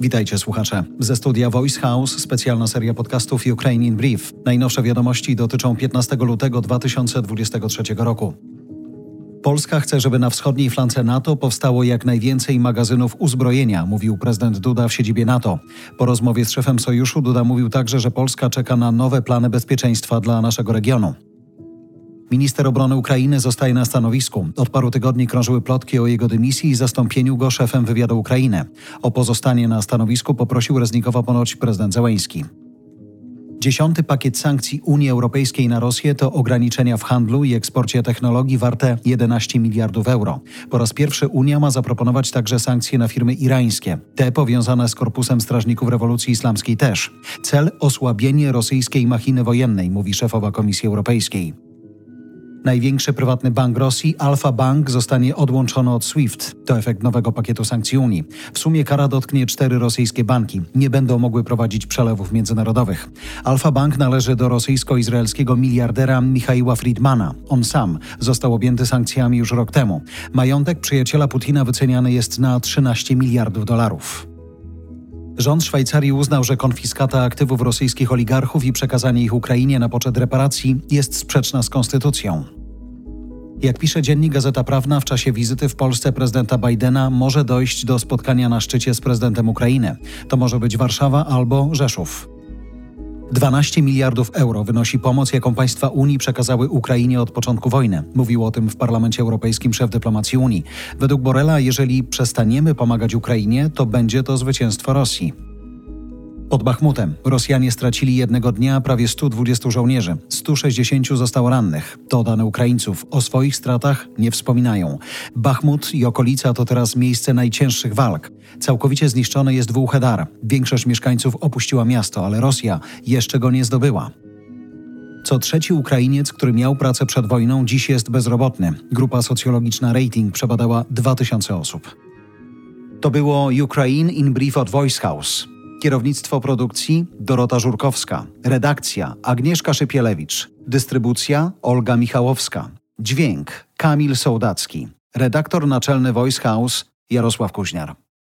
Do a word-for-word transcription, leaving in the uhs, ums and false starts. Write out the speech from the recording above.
Witajcie słuchacze. Ze studia Voice House specjalna seria podcastów Ukraine in Brief. Najnowsze wiadomości dotyczą piętnastego lutego dwa tysiące dwudziestego trzeciego roku. Polska chce, żeby na wschodniej flance NATO powstało jak najwięcej magazynów uzbrojenia, mówił prezydent Duda w siedzibie NATO. Po rozmowie z szefem sojuszu Duda mówił także, że Polska czeka na nowe plany bezpieczeństwa dla naszego regionu. Minister obrony Ukrainy zostaje na stanowisku. Od paru tygodni krążyły plotki o jego dymisji i zastąpieniu go szefem wywiadu Ukrainy. O pozostanie na stanowisku poprosił Reznikowa ponoć prezydent Zełenski. Dziesiąty pakiet sankcji Unii Europejskiej na Rosję to ograniczenia w handlu i eksporcie technologii warte jedenaście miliardów euro. Po raz pierwszy Unia ma zaproponować także sankcje na firmy irańskie. Te powiązane z Korpusem Strażników Rewolucji Islamskiej też. Cel – osłabienie rosyjskiej machiny wojennej, mówi szefowa Komisji Europejskiej. Największy prywatny bank Rosji, Alfa Bank, zostanie odłączony od SWIFT. To efekt nowego pakietu sankcji Unii. W sumie kara dotknie cztery rosyjskie banki. Nie będą mogły prowadzić przelewów międzynarodowych. Alfa Bank należy do rosyjsko-izraelskiego miliardera Michaiła Friedmana. On sam został objęty sankcjami już rok temu. Majątek przyjaciela Putina wyceniany jest na trzynaście miliardów dolarów. Rząd Szwajcarii uznał, że konfiskata aktywów rosyjskich oligarchów i przekazanie ich Ukrainie na poczet reparacji jest sprzeczna z konstytucją. Jak pisze dziennik Gazeta Prawna, w czasie wizyty w Polsce prezydenta Bidena może dojść do spotkania na szczycie z prezydentem Ukrainy. To może być Warszawa albo Rzeszów. dwanaście miliardów euro wynosi pomoc, jaką państwa Unii przekazały Ukrainie od początku wojny. Mówił o tym w Parlamencie Europejskim szef dyplomacji Unii. Według Borrella, jeżeli przestaniemy pomagać Ukrainie, to będzie to zwycięstwo Rosji. Pod Bachmutem Rosjanie stracili jednego dnia prawie stu dwudziestu żołnierzy. stu sześćdziesięciu zostało rannych. To dane Ukraińców. O swoich stratach nie wspominają. Bachmut i okolica to teraz miejsce najcięższych walk. Całkowicie zniszczony jest Wuhłedar. Większość mieszkańców opuściła miasto, ale Rosja jeszcze go nie zdobyła. Co trzeci Ukrainiec, który miał pracę przed wojną, dziś jest bezrobotny. Grupa socjologiczna Rating przebadała dwa tysiące osób. To było Ukraine in Brief od Voice House. Kierownictwo produkcji Dorota Żurkowska. Redakcja Agnieszka Szypielewicz. Dystrybucja Olga Michałowska. Dźwięk Kamil Sołdacki. Redaktor naczelny Voice House Jarosław Kuźniar.